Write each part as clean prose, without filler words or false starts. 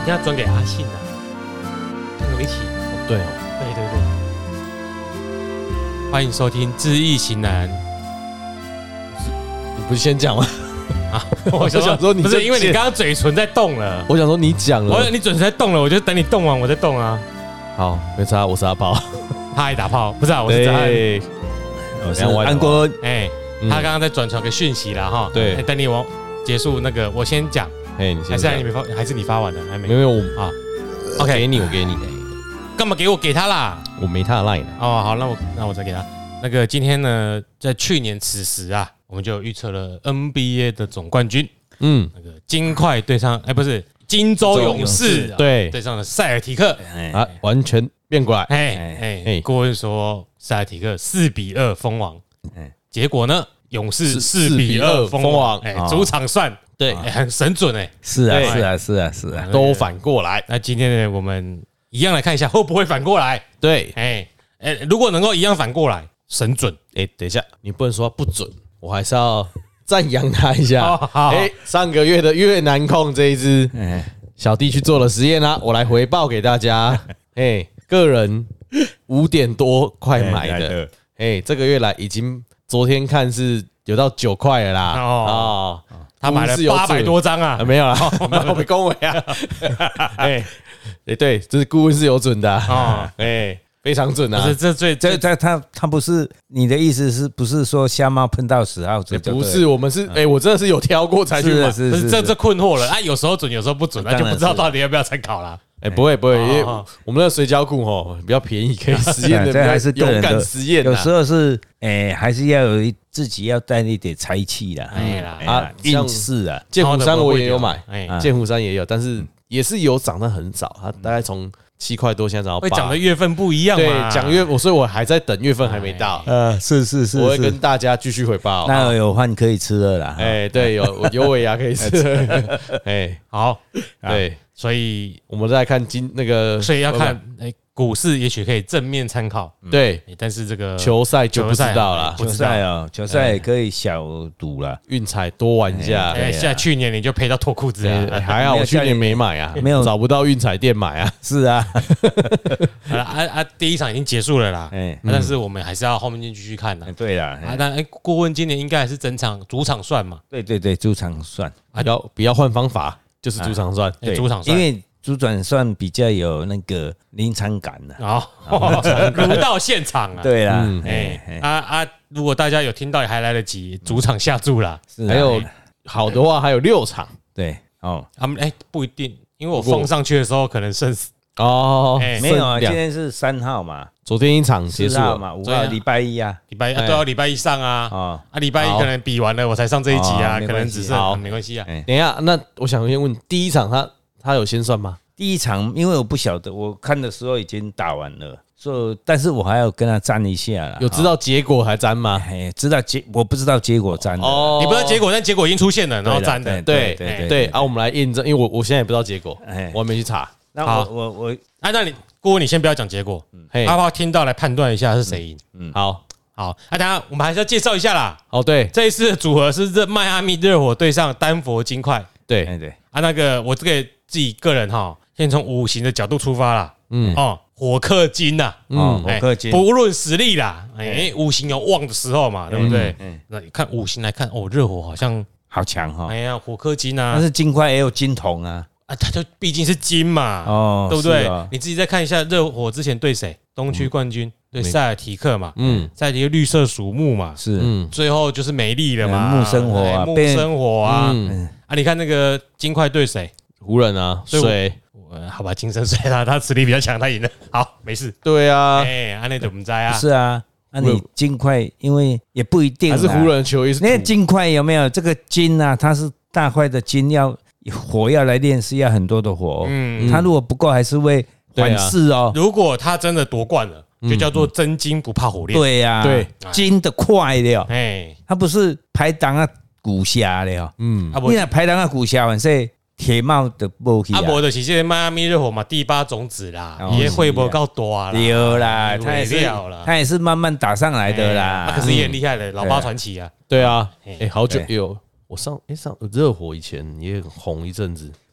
定要转给阿信啊，跟我一起。 对哦， 对对对，欢迎收听《知易行难》 你不是先讲吗？ 啊！ 我想说你不是因为你刚刚嘴唇在动了， 我想说你讲了， 你嘴唇在动了，我就等你动完我再动啊。 好，没差，我是阿炮， 他爱打炮，不是啊，我是子翰， 我是安国。 哎，他刚刚在转传个讯息啦哈。 对， 等你结束那个，我先讲。 哎，你先讲， 还是你发完了？还没？ 没有啊。 OK，我给你。 干嘛给我？给他啦！ 我没他的 line 哦，好，那我再给他。那个今天呢，在去年此时啊，我们就预测了 NBA 的总冠军。那个金块对上，不是金州勇士，对上了塞尔提克啊，完全变过来。 郭文说塞尔提克4-2封王，结果呢，勇士4-2封王，主场算对，很神准哎。 是啊， 都反过来。 那今天呢，我们一样来看一下会不会反过来。对，如果能够一样反过来，神准。 等一下，你不能说不准，我还是要赞扬他一下。上个月的越南控这一支，小弟去做了实验啦，我来回报给大家。个人5点多块买的，这个月来已经昨天看是有到9块了啦。哦， 他买了800多张啊， 没有啦，我没恭维啊。对，这是顾问是有准的啊。非常准啊！ 他不是你的意思是不是说瞎猫碰到死耗子？ 不是，我们是我真的是有挑过才去买， 这困惑了啊！有时候准，有时候不准，那就不知道到底要不要参考啦。 不会，因为我们的水饺库比较便宜，可以实验的， 这还是勇敢实验。 有时候是还是要有自己要带一点才气啦。运势啊， 剑湖山我也有买，剑湖山也有，但是也是有涨得很少，它大概从7块多，现在涨到8。 会涨的月份不一样嘛？ 对，讲月，所以我还在等月份还没到。 是， 我会跟大家继续回报。 那有饭可以吃了啦。 对，有尾牙可以吃。 好， 对， 所以我们再看所以要看股市也许可以正面参考， 对， 但是这个球赛就不知道了。 球赛也可以小赌了， 运彩多玩一下。 像去年你就赔到脱裤子啊， 还好我去年没买啊，没有找不到运彩店买啊。 是啊， 第一场已经结束了啦，但是我们还是要后面继续看的。 对啦， 但顾问今年应该还是整场主场算嘛？ 对，主场算， 不要换方法，就是主场算， 主场算， 因为主转算比较有那个临场感的如到现场啊。 对啦， 如果大家有听到还来得及，主场下注啦。 还有好的话还有6场。 对他们不一定，因为我放上去的时候可能剩没有啊，今天是3号嘛， 昨天一场结束嘛，5号礼拜一啊， 礼拜一上啊，礼拜一可能比完了我才上这一集啊，可能只是没关系啊。 等一下，那我想先问，第一场他有先算吗？ 第一场因为我不晓得，我看的时候已经打完了，但是我还要跟他沾一下啦。 有知道结果还沾吗？ 知道我不知道结果沾的。 你不知道结果，但结果已经出现了，然后沾的。 对我们来验证，因为我现在也不知道结果，我还没去查。 那我那你顾问，你先不要讲结果，阿炮听到来判断一下是谁赢。好，等下我们还是要介绍一下啦。 对， 这一次的组合是迈阿密热火对上丹佛金块。 对， 那个我这个自己个人先从五行的角度出发啦。火克金呐， 火克金， 不论实力啦，五行有旺的时候嘛，对不对？那你看五行来看，热火好像好强哈。 火克金啊， 但是金块也有金铜啊。 它就毕竟是金嘛，对不对？你自己再看一下热火之前对谁？东区冠军对塞尔提克嘛，塞尔提克绿色属木嘛， 是， 最后就是美丽了嘛， 木生火啊， 你看那个金块对谁？ 湖人啊，水， 好吧，金神水他实力比较强，他赢了，好，没事。 对啊， 那怎么在啊？ 是啊。你金块因为也不一定， 还是湖人球衣是。 那金块有没有这个金啊？它是大块的金，火要来炼是要很多的火，它如果不够还是会反噬哦。 如果他真的夺冠了，就叫做真金不怕火炼。 对呀，对，金的快了，它不是排档啊骨虾了，因为排档啊骨虾完是铁帽的不起啊。 无就是这迈阿密热火嘛，第8种子啦，也会不够多啦， 有啦，他也是慢慢打上来的啦。 可是也很厉害的，老八传奇啊。 对啊，好久有。我上热火以前也红一阵子，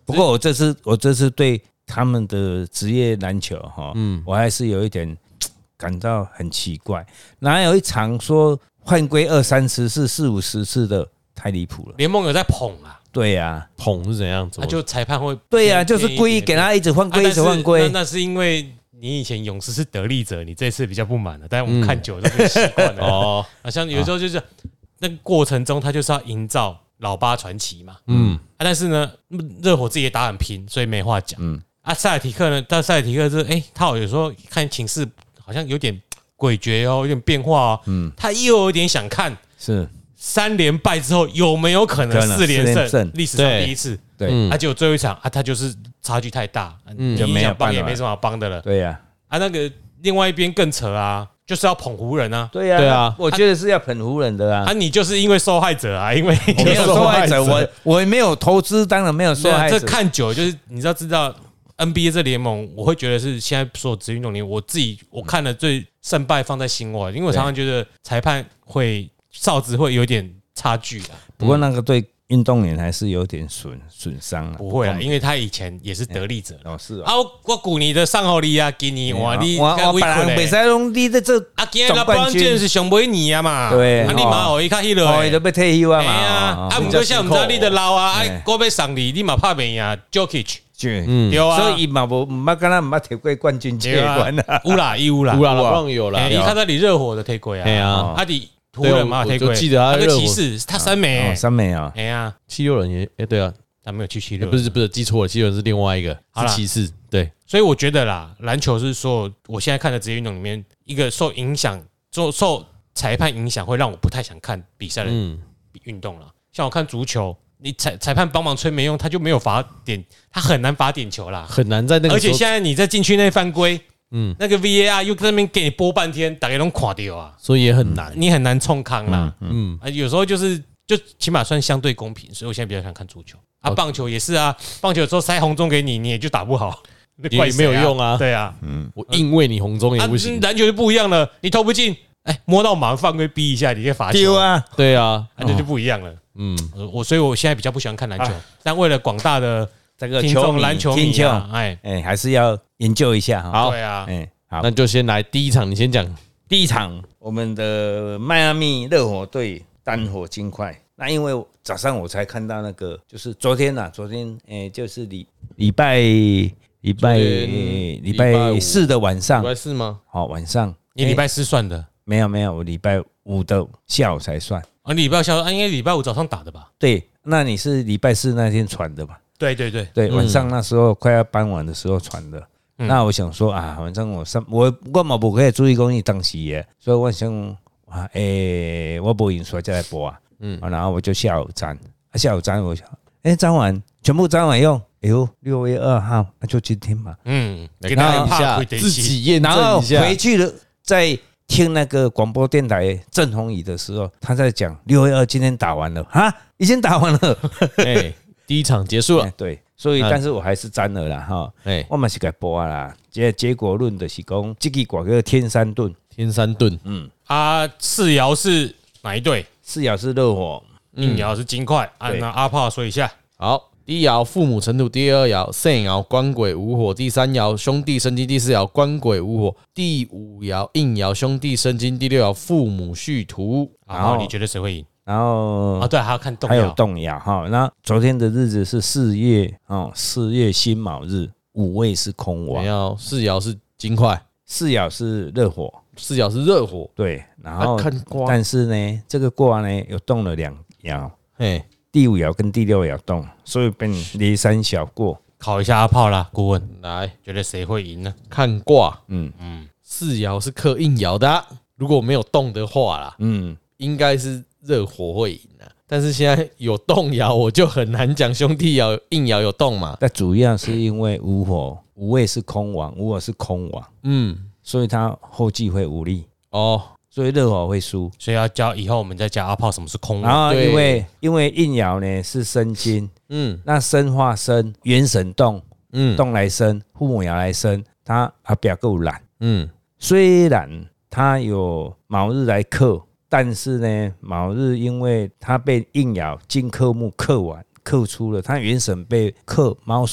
不过我这次对他们的职业篮球我还是有一点感到很奇怪，哪有一场说犯规20-30次、40-50次的，太离谱了。 联盟有在捧啊。 对呀，捧是怎样子？ 就裁判会对呀，就是故意给他一直犯规，一直犯规。 那是因为你以前勇士是得利者，你这次比较不满了，但是我们看久了就习惯了。哦，像有时候就是那个过程中，他就是要营造老八传奇嘛。但是呢，热火自己也打很拼，所以没话讲。塞尔提克呢，但塞尔提克是他有时候看情势好像有点诡谲哦，有点变化哦。他又有点想看是。 3连败之后有没有可能4连胜？历史上第一次。 对， 结果最后一场他就是差距太大， 就没有帮也没什么好帮的了。 对呀， 那个另外一边更扯啊，就是要捧湖人啊。 对呀，我觉得是要捧湖人的啊。 你就是因为受害者啊，因为我没有受害者，我没有投资，当然没有受害者。 这看久就是你知道 NBA 这联盟，我会觉得是现在所有职业运动联盟，我看了最胜败放在心外，因为我常常觉得裁判哨子会有点差距啦。 不过那个对运动员还是有点损伤了。 不会啦，因为他以前也是得利者。 是啊，我鼓你的上后力啊，给你哇，你我本来比赛中你在这今天那冠军是上尾你啊嘛。 对， 你嘛有伊较迄落， 都被退休啊嘛。不过像我们这里的老啊，我要上你嘛拍命啊 ，Jokic。 对啊，所以伊嘛无捌敢若捌摕过冠军接冠啊。 有啦， 不有啦。 伊看到你热火的推过啊。哎呀，你湖人嘛推过， 我记得他骑士他3枚 ，3枚啊。 哎呀 ，76人也对啊， 他没有去76人， 不是记错了，76人是另外一个是骑士。对， 所以我觉得啦，篮球是说我现在看的职业运动里面一个受影响、受裁判影响会让我不太想看比赛的运动了。像我看足球。你裁判帮忙吹没用，他就没有罚点，他很难罚点球啦， 很难在那个。 而且现在你在禁区内犯规，那个 VAR 又在那边给你播半天，大家都垮掉啊， 所以也很难， 你很难冲康啦。有时候就起码算相对公平，所以我现在比较想看足球啊，棒球也是啊，棒球有时候塞红中给你，你也就打不好， 也没有用啊。 对啊， 我硬为你红中也不行。 篮球就不一样了，你投不进，摸到马犯规逼一下，你就罚球啊， 对啊， 这就不一样了。所以我现在比较不喜欢看篮球，但为了广大的这个篮球迷啊， 还是要研究一下。 好， 对啊， 好，那就先来第一场，你先讲。 第一场，我们的迈阿密热火队丹佛金块。那因为早上我才看到那个，就是昨天就是礼拜4的晚上。 礼拜4吗？ 好，晚上。 你礼拜4算的？ 没有，我礼拜5的下午才算。 礼拜下午应该礼拜5早上打的吧？ 对，那你是礼拜4那天传的吧？ 对， 晚上那时候快要傍晚的时候传的。那我想说啊，反正我嘛不可以注意公益当时耶，所以我想我不印刷再来播啊。然后我就下午沾，我想，沾完全部沾完用，6月2号就今天嘛。 给他一下自己验证一下， 然后回去了再。听那个广播电台郑鸿仪的时候，他在讲6月2今天打完了啊，已经打完了， 第一场结束了。 对，所以但是我还是沾了啦哈。我嘛是该播啦，结果论的是讲这个广告天山盾， 世瑶是哪一队？ 世瑶是热火， 硬瑶是金块。那阿炮说一下， 好。第一爻父母尘土，第二爻圣爻官鬼无火，第三爻兄弟生金，第四爻官鬼无火，第五爻应爻兄弟生金，第六爻父母戌土。 然后你觉得谁会赢？ 然后对，还要看动摇， 还有动摇哈。那昨天的日子是4月辛卯日，5位是空亡。 4爻是金块 ，4爻是热火 ，4爻是热火。 对，然后但是呢，这个卦呢有动了2爻，第5爻跟第6爻动，所以变离山小过。 考一下阿炮啦，顾问来，觉得谁会赢呢？ 看卦，4爻是克应爻的，如果没有动的话啦，应该是热火会赢的。但是现在有动爻，我就很难讲兄弟爻、应爻有动嘛。 但主要是因为无火，5位是空亡，5火是空亡，所以他后继会无力哦。所以热火会输， 所以要教以后我们再教阿炮什么是空亡。 然后因为应爻呢是生金，那生化生元神动，动来生，父母爻来生，他表够懒，虽然他有卯日来克，但是呢卯日因为他被应爻金克木克完克出了，他原神被克卯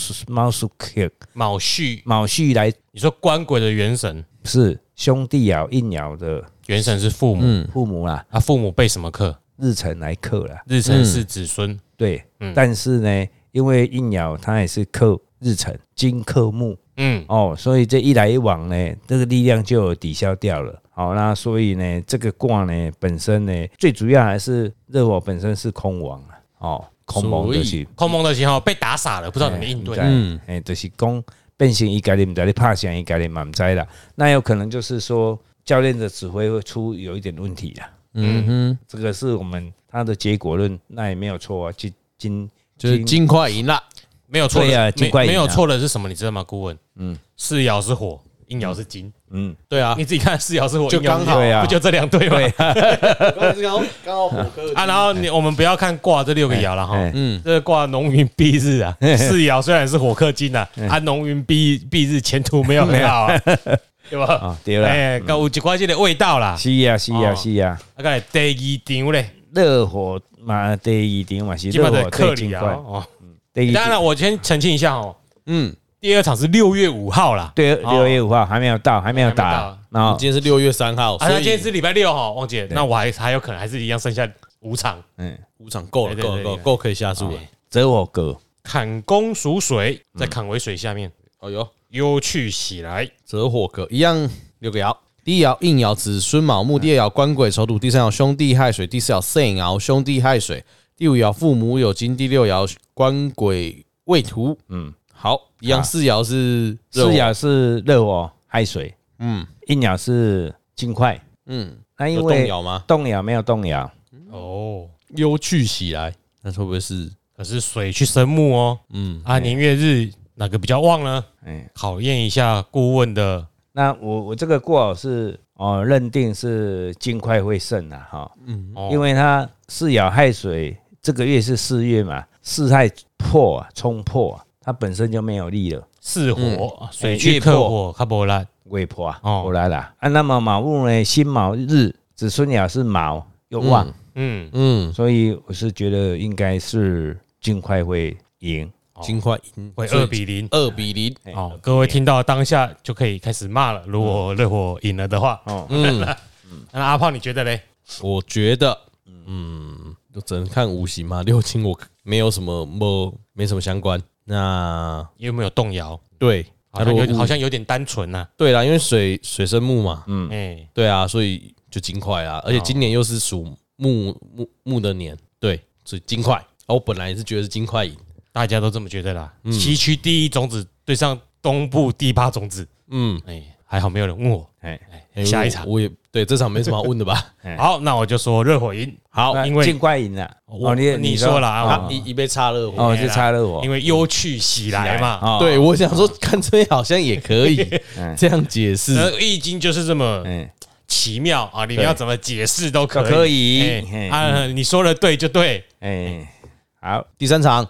戌来， 你说官鬼的元神是兄弟爻应爻的元神是父母啦， 父母被什么克？ 日辰来克啦， 日辰是子孙， 对，但是呢，因为应爻它也是克日辰，金克木，所以这一来一往呢，这个力量就有抵消掉了。好，那所以呢，这个卦呢本身呢，最主要还是热火本身是空亡空亡的时候被打傻了，不知道怎么应对。 就是讲变成一家人不知道你怕啥，一家人嘛不知啦。那有可能就是说教练的指挥会有一点问题啦。这个是我们他的结果论，那也没有错啊。 就是金块赢了， 没有错的， 没有错的是什么？你知道吗？顾问，世爻是火，应爻是金， 对啊， 你自己看世爻是火， 就刚好不就这2对吗？ 刚好火克然后我们不要看卦这6个爻了哈，这个卦农云蔽日啊，世爻虽然是火克金啊，农云蔽日前途没有很好啊。对吧？ 对啦， 有一块这个味道啦。 是啊。 再来第2场咧， 热火嘛，第2场嘛是热火对金块。 当然，我先澄清一下第2场是6月5号啦。 对，6月5号还没有到，还没有打。然后今天是6月3号， 所以今天是礼拜6哈，忘记了。那我还有可能还是一样剩下5场。 5场够了，够可以下注了。 择火格， 坎宫属水，在坎为水下面。 哦哟。 忧去喜来， 择火格一样6个爻，第一爻应爻子孙卯木，第2爻官鬼丑土，第3爻兄弟亥水，第4爻肾爻兄弟亥水，第5爻父母有金，第6爻官鬼未土。好，一样4爻是热火亥水，应爻是金块，那因为动爻吗？ 动爻没有动爻， 忧去喜来，那会不会是？ 可是水去生木哦，年月日哪个比较旺呢？考验一下顾问的。 那我这个卦是认定是金块会胜啦哈，因为它4爻亥水，这个月是4月嘛，4亥破啊，冲破啊，它本身就没有力了。 巳火，水去克火，它不来， 未破啊，不来啦。那么卯木呢，辛卯日，子孙爻是卯又旺，所以我是觉得应该是金块会赢。 金块赢会2-0，2-0。各位听到当下就可以开始骂了。如果热火赢了的话，那阿炮你觉得嘞？ 我觉得，就只能看五行嘛。6亲我没有什么没什么相关。那有没有动摇？ 对， 好像有点单纯呐。 对啦，因为水生木嘛，对啊，所以就金块啊。而且今年又是属木的年，对，所以金块。我本来也是觉得是金块赢。 大家都这么觉得啦。西区第1种子对上东部第8种子，还好没有人问我。下一场我也对这场没什么好问的吧？ 好，那我就说热火赢。好，因为金块赢了。 你说了啊， 一杯插热火， 就插热火， 因为忧去喜来嘛。 对，我想说，看这边好像也可以这样解释。 易经就是这么奇妙啊，你们要怎么解释都可以。 你说的对就对。 好， 第三场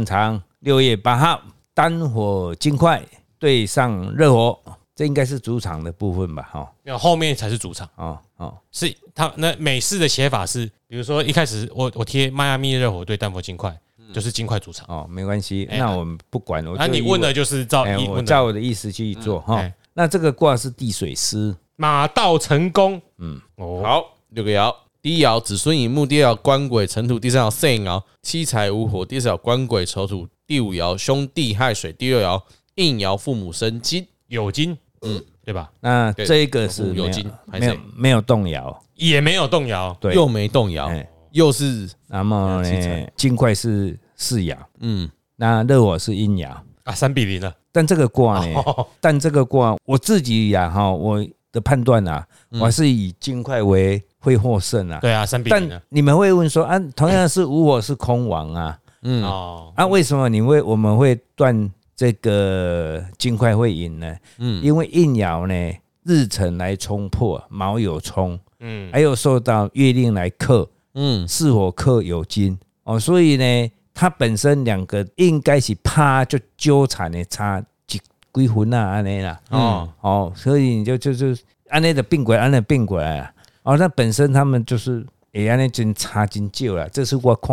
6月8号，单火金块对上热火，这应该是主场的部分吧？ 后面才是主场。是他那美式的写法是，比如说一开始我贴迈阿密热火对丹佛金块，就是金块主场。 没关系，那我们不管。 那你问的就是照我的意思去做哈。那这个卦是地水师， 马到成功。 好，6个爻。第1爻子孙寅木，第2爻官鬼辰土，第3爻肾爻七财无火，第4爻官鬼丑土，第5爻兄弟亥水，第6爻应爻父母生金， 有金，对吧？ 那这个是有金， 没有动摇， 也没有动摇， 对，又没动摇，又是那么呢？金块是4爻，那热火是阴爻啊，3-0了。 但这个卦呢？我自己呀我的判断啊，我还是以金块为会获胜啊。 对啊，3-0。 但你们会问说啊，同样是无火是空亡啊，为什么我们会断这个金块会赢呢？因为应爻呢日辰来冲破，卯酉冲，还有受到月令来克，巳火克酉金所以呢，它本身2个应该是怕就纠缠的差几分啊，安尼啦，所以你就是安尼的并轨，安尼并轨啊，那本身他们就是安尼真差真少啦，这是我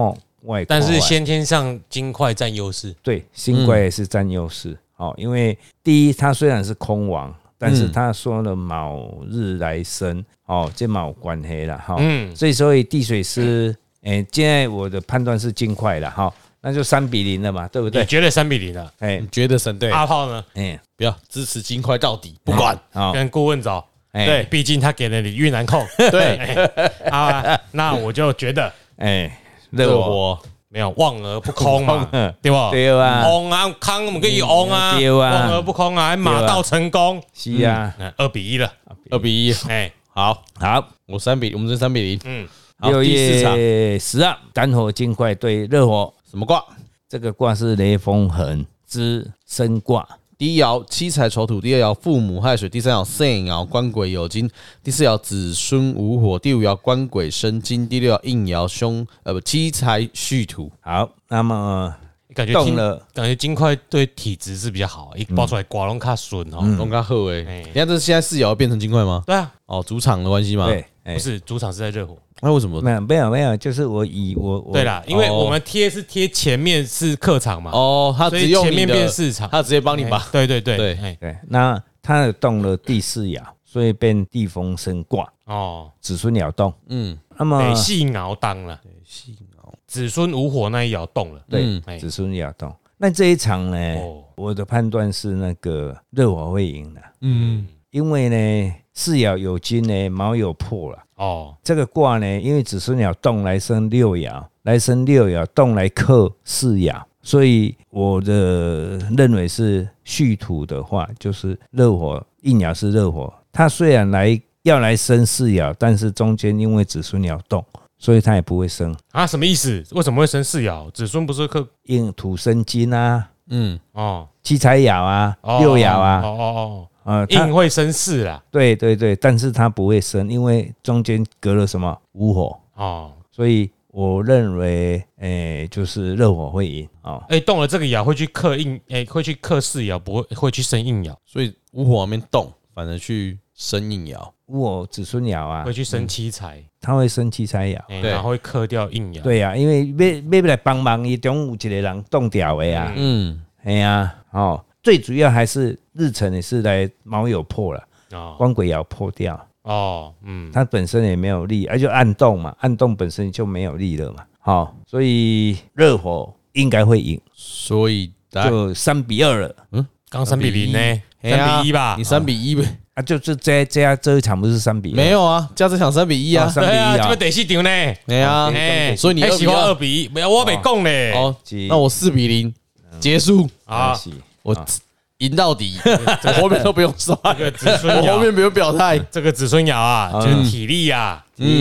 外， 但是先天上金块占优势。 对，新怪也是占优势。因为第一，它虽然是空王，但是他说了卯日来生，这卯关黑了哈。所以地水师，现在我的判断是金块了哈。那就3-0了嘛，对不对？ 你觉得3-0了？ 你觉得神队阿炮呢？ 不要支持金块到底，不管。 跟顾问找，对，毕竟他给了你越南控。 对， 那我就觉得， 热火没有望而不空嘛，对吧？ 对啊， 翁啊，康我们可以翁啊，望而不空啊，还马到成功。 是啊 ，2-1了 ，2-1。好，我3-0，我们是3-0。 6月10号，丹火金块对热火， 什么卦？ 这个卦是雷风恒之生卦。 第一爻七财丑土，第二爻父母亥水，第三爻肾爻官鬼酉金，第四爻子孙午火，第五爻官鬼生金，第六爻应爻七财戌土。 好，那么感觉金块对体质是比较好，一爆出来瓜龙卡顺龙卡好诶。你看这现在4爻变成金块吗？ 对啊， 主场的关系吗？ 对， 不是主场是在热火。 那为什么？ 没有，就是我对啦，因为我们是贴前面是客场嘛， 他只用前面变市场， 他直接帮你把。 对， 那他动了第4爻，所以变地风生卦子孙爻动，那么北系爻当了，子孙午火那一爻动了， 对，子孙爻动。那这一场呢，我的判断是那个热火会赢的，因为呢4爻有金呢，卯酉破了。这个卦呢，因为子孙爻动来生6爻，动来克4爻，所以我的认为是戌土的话，就是热火应爻是热火，它虽然要来生4爻，但是中间因为子孙爻动，所以它也不会生啊。什么意思？为什么会生4爻？子孙不是克应土生金啊，七财爻啊，6爻啊。 应会生4啦， 对，但是它不会生，因为中间隔了什么午火所以我认为就是热火会赢动了这个爻会去克会去克4爻，不会去生应爻， 所以午火那边动，反而去生应爻， 午火子孙爻啊， 会去生七财， 他会生七财爻， 然后会克掉应爻， 对啊，因为要来帮忙，伊中有一个人动掉的啊，最主要还是日辰也是来卯酉破了，官鬼爻破掉，它本身也没有力，就暗动嘛，暗动本身就没有力了嘛，所以热火应该会赢， 所以就3-2了， 刚3-0呢，3-1吧， 你3-1呗， 就是这一场不是3-1， 没有啊，加这场3-1啊 ，3-1啊， 这个第4场呢， 对啊，所以你喜欢2-1，没有我没讲嘞， 那我4-0结束啊。 我赢到底，后面都不用刷。 这个子孙爻后面不用表态。 这个子孙爻啊，就是体力啊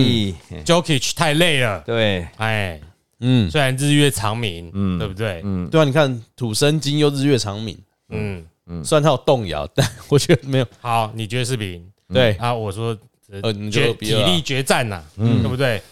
，Jokic 太累了。 对， 虽然日月长明，对不对？ 对啊，你看土生金又日月长明，虽然他有动摇，但我觉得没有。 好，你觉得4-0？ 对啊，我说体力决战呐，对不对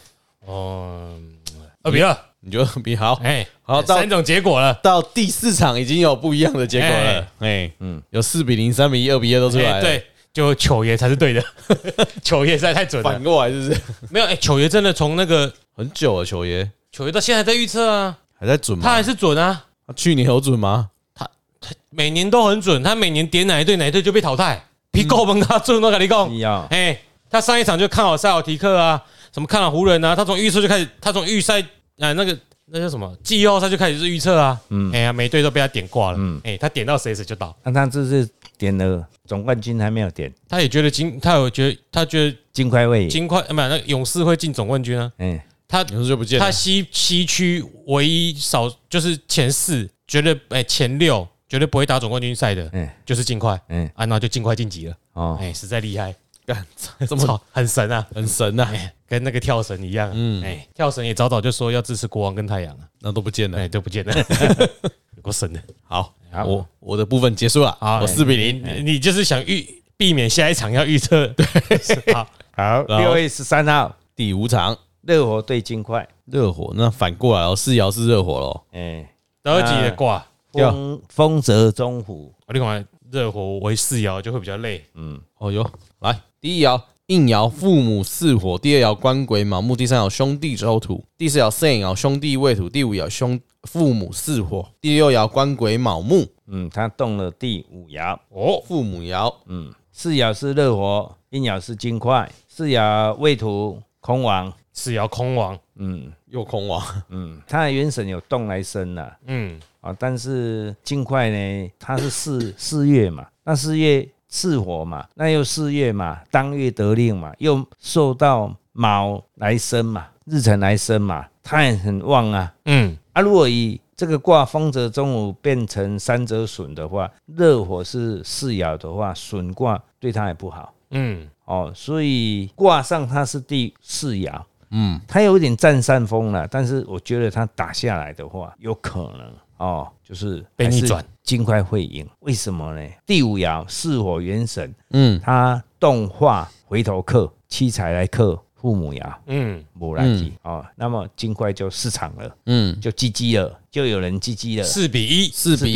？2-2。 你觉得比好？好， 到3种结果了， 到第4场已经有不一样的结果了。有4-0、3-1、2-2都出来了。 对，就糗爷才是对的，糗爷实在太准了。 反过来是不是？ 没有，糗爷真的从那个很久了，糗爷到现在还在预测啊， 还在准吗？ 他还是准啊。 去年有准吗？ 他每年都很准，他每年点哪一队就被淘汰。皮狗们他准，我跟你讲，他上一场就看好塞尔提克啊，什么看好湖人啊，他从预测就开始，他从预赛那叫什么季后赛就开始是预测啊，每队都被他点挂了，他点到谁就到。 那他这是点了总冠军还没有点， 他也觉得他觉得金块会赢， 那勇士会进总冠军啊，他勇士就不见了， 他西区唯一少就是前4，绝对前6绝对不会打总冠军赛的，就是金块，那就金块晋级了，实在厉害。这么很神啊， 很神啊， 跟那个跳绳一样。跳绳也早就说要支持国王跟太阳了， 那都不见了， 都不见了，有够神的。 好，我的部分结束了，我4-0， 你就是想避免下一场要预测。对， 好，6月13号第5场， 热火对金块， 热火那反过来4爻是热火咯， 得几的卦， 风泽中虎， 另外热火为4爻就会比较累。 来第1爻， 应爻父母巳火，第二爻官鬼卯木，第三爻兄弟丑土，第四爻肾爻兄弟未土，第五爻父母巳火，第六爻官鬼卯木。 他动了第5爻父母爻。 ，4爻是热火，阴爻是金块，4爻未土空亡， 是爻空亡， 又空亡。 它的元神有动来生了，但是金块呢，它是四月嘛，那4月巳火嘛，那又4月嘛，当月得令嘛，又受到卯来生嘛，日辰来生嘛，它也很旺啊。如果以这个卦风泽中午变成三折损的话，热火是4爻的话，损卦对它也不好。所以卦上它是第4爻。它有一点占上风了，但是我觉得它打下来的话，有可能就是被逆转， 金块会赢。为什么呢？第5爻巳火元神，它动化回头克，七财来克父母爻，没来记那么金块就市场了，就GG了，就有人GG了 ，4比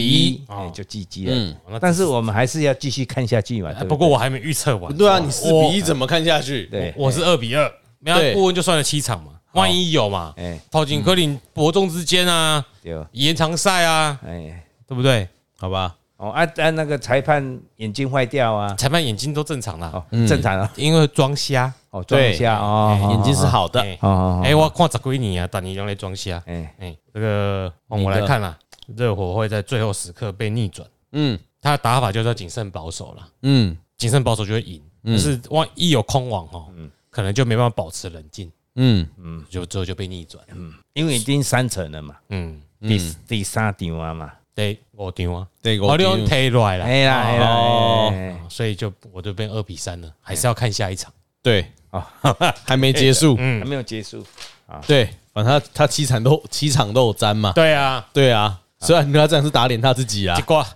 1， 就GG了。但是我们还是要继续看下去嘛。 不过我还没预测完。 对啊，你4比1怎么看下去？ 对， 我是2比2，没有顾问就算了7场嘛，万一有嘛，陶景科林伯仲之间啊，延长赛啊，对不对？ 好吧。 那个裁判眼睛坏掉啊， 裁判眼睛都正常啦， 正常啊， 因为装瞎装瞎眼睛是好的。 我看10几年啊，但你用来装瞎。这个我来看啦，热火会在最后时刻被逆转。他的打法就是要谨慎保守啦。谨慎保守就会赢，但是万一有空网可能就没办法保持冷静。就最后就被逆转。 因为已经3层了嘛。第3场啊嘛。 第5场啊， 第5场踢落来了， 所以我就变2比3了，还是要看下一场。 对，还没结束， 还没有结束。 对，反正他7场都有沾嘛。 对啊， 虽然他这样是打脸他自己啊， 一卦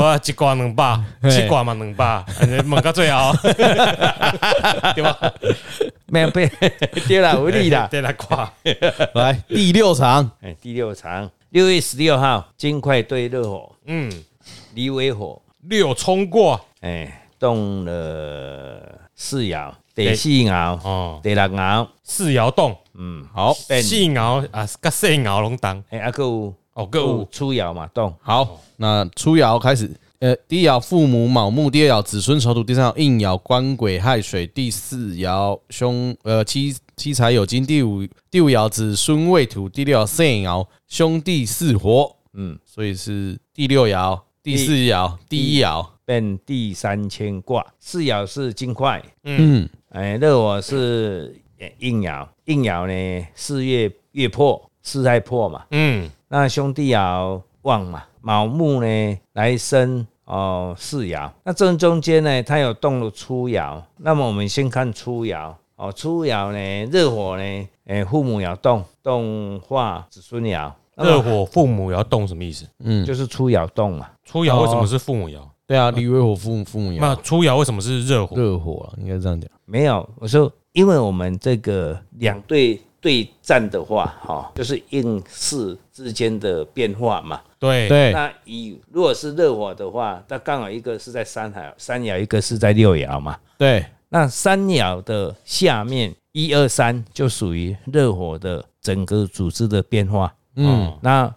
200，7卦嘛200，问到最后，对吧？ 没有被对了，无力了。 对了，卦来第6场， 第6场，6月16号，金块对热火，离为火 6冲卦， 动了4爻，第4爻，第6爻 ，4爻动， 好 ，4爻啊，甲4爻拢动， 各有初爻嘛动。 好，那初爻开始。第一爻父母卯木，第二爻子孙丑土，第三爻应爻官鬼亥水，第四爻七财有金，第五爻子孙未土，第六爻肾爻兄弟巳火。所以是第6爻、第4爻、第1爻变第3000卦。4爻是金块，热火是应爻，应爻呢4月破，4害破嘛，那兄弟爻旺嘛，卯木呢来生4爻，那正中间呢，它有动了初爻。那么我们先看初爻初爻呢，热火呢，父母爻动化子孙爻。 热火父母爻动什么意思？ 就是初爻动嘛。 初爻为什么是父母爻？ 对啊，离为火父母爻。 那初爻为什么是热火？ 热火应该这样讲。 没有，我说，因为我们这个两队对战的话，就是应势之间的变化嘛。 对， 那如果是热火的话，那刚好一个是在3爻，一个是在6爻嘛。 对， 那3爻的下面1、2、3就属于热火的整个组织的变化。那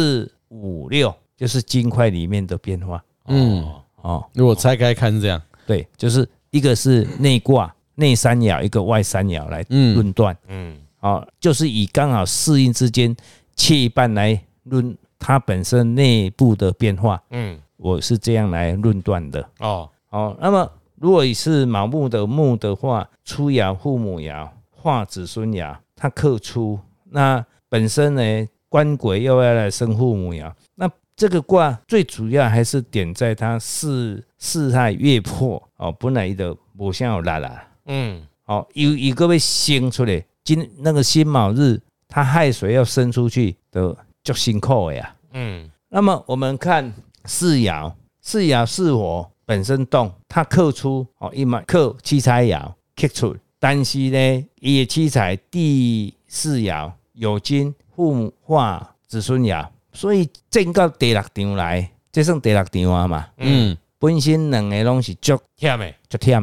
4、5、6就是金块里面的变化。 如果拆开看是这样， 对，就是一个是内卦内3爻，一个外3爻来论断。就是以刚好适应之间切一半来论它本身内部的变化。我是这样来论断的。那么如果是卯木的话，初爻父母爻化子孙爻，它克出，那本身呢官鬼又要来生父母爻，那这个卦最主要还是点在它四害月破本来的无啥有力啦。有个要生出来，那个辛卯日，它亥水要生出去的就辛苦的呀。那么我们看4爻巳火本身动，它克出一嘛克七财爻克出，但是呢，也七财第4爻有金父母化子孙爻，所以正到第6场来，这算第6场啊嘛。本身两个拢是足忝的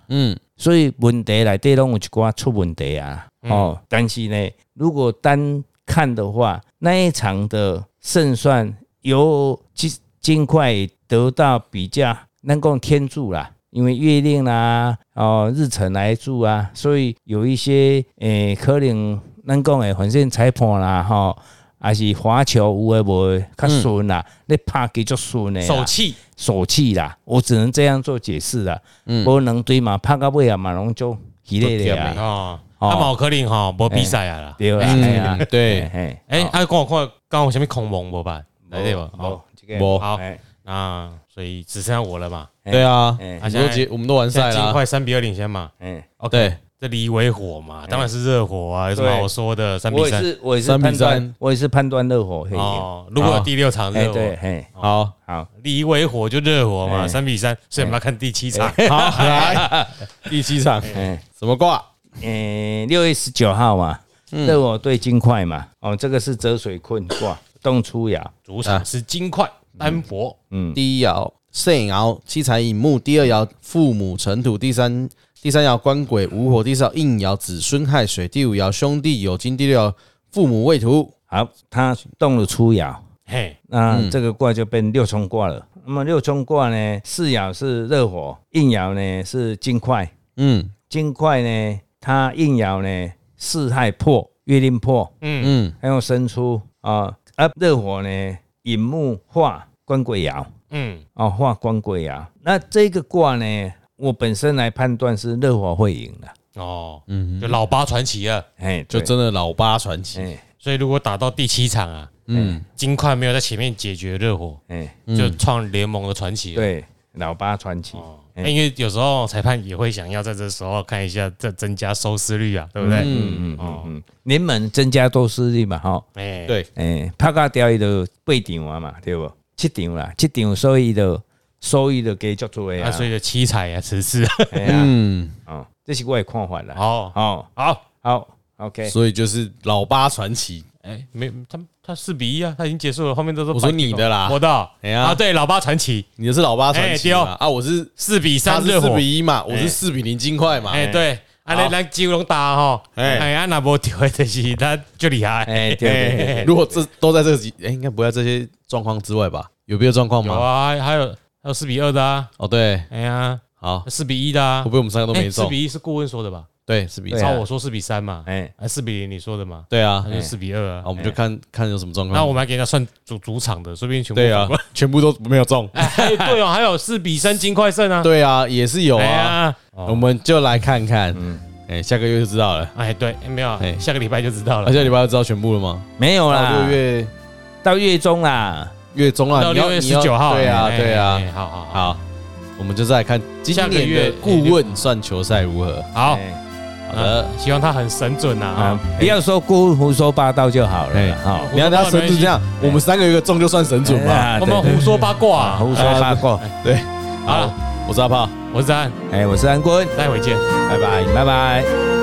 所以问题内底拢有一寡出问题啊。但是呢，如果单看的话，那一场的胜算由金块得到比较，咱讲天助啦。因为月令啦、日程来住啊，所以有一些可能咱讲的反正裁判啦还是罚球有诶无诶较顺啦，你拍击足顺诶，手气啦，我只能这样做解释啦。无能对嘛，拍到尾啊嘛拢做系列的啊。 毛可能无比赛啊啦， 对啦， 对， 讲我看刚有啥物空蒙无吧？来对吧？ 无好，那所以只剩下我了嘛。 对啊，我们都完赛了， 金块3-2领先嘛。 对， 这离为火嘛，当然是热火啊，有什么好说的？3-3， 我也是判断，我也是判断热火。 如果有第6场热火， 对， 好， 离为火就热火嘛，3-3，所以我们要看第7场。 好，来第7场，什么卦 ？6月19号嘛，热火对金块嘛。这个是泽水困卦，动初爻， 主场是金块丹佛。 第一爻肾爻七财引木，第2爻父母尘土，第三爻官鬼无火，第4爻应爻子孙亥水，第5爻兄弟酉金，第6爻父母未土。 好，他动了初爻，那这个卦就变6冲卦了。那么6冲卦呢，4爻是热火，应爻呢是金块。金块呢，它应爻呢巳亥破，月令破，还有生出热火呢引木化官鬼爻。化官鬼爻，那这个卦呢，我本身来判断是热火会赢的。 就老八传奇了， 就真的老八传奇。 所以如果打到第7场啊，金块没有在前面解决热火，就创联盟的传奇了。 对，老八传奇。 因为有时候裁判也会想要在这时候看一下，这增加收视率啊，对不对？ 联盟增加收视率嘛， 对， 拍到掉伊就8场嘛，对不？7场啦，7场所以的收益的给足多啊， 所以的7彩啊，此事， 这是我的看法啦。好 ，OK， 所以就是老八传奇。 没他4-1啊，他已经结束了，后面都是我说你的啦， 我的对，老八传奇， 你的是老八传奇嘛？我是 4-3热火 ，4-1嘛，我是4-0金块嘛。 对。咱几乎拢打吼，那无调的就是他就厉害。 对，如果这都在这个应该不在这些状况之外吧？有别的状况吗？ 有啊，还有4-2的啊。 对， 好，4-1的啊。 会不会我们3个都没中 ？4-1是顾问说的吧？ 对，4-1。 照我说4-3嘛，4-0你说的嘛？ 对啊， 那就4-2啊。 我们就看有什么状况。 那我们还给他算主场的，说不定全部对啊，全部都没有中。 对哦，还有4-3金块胜啊。 对啊，也是有啊。我们就来看看，下个月就知道了。 对，没有，下个礼拜就知道了。 下个礼拜就知道全部了吗？ 没有啦， 到月中啦， 到6月19号。 对啊， 好， 我们就再来看今年的顾问算球赛如何。 好的，希望他很神准啊！ 不要说顾问胡说八道就好了。 你看他神准这样，我们3个一个中就算神准吧？ 我们胡说八卦， 胡说八卦。 对， 好， 我是阿炮， 我是安， 我是安坤， 待会见， 拜拜。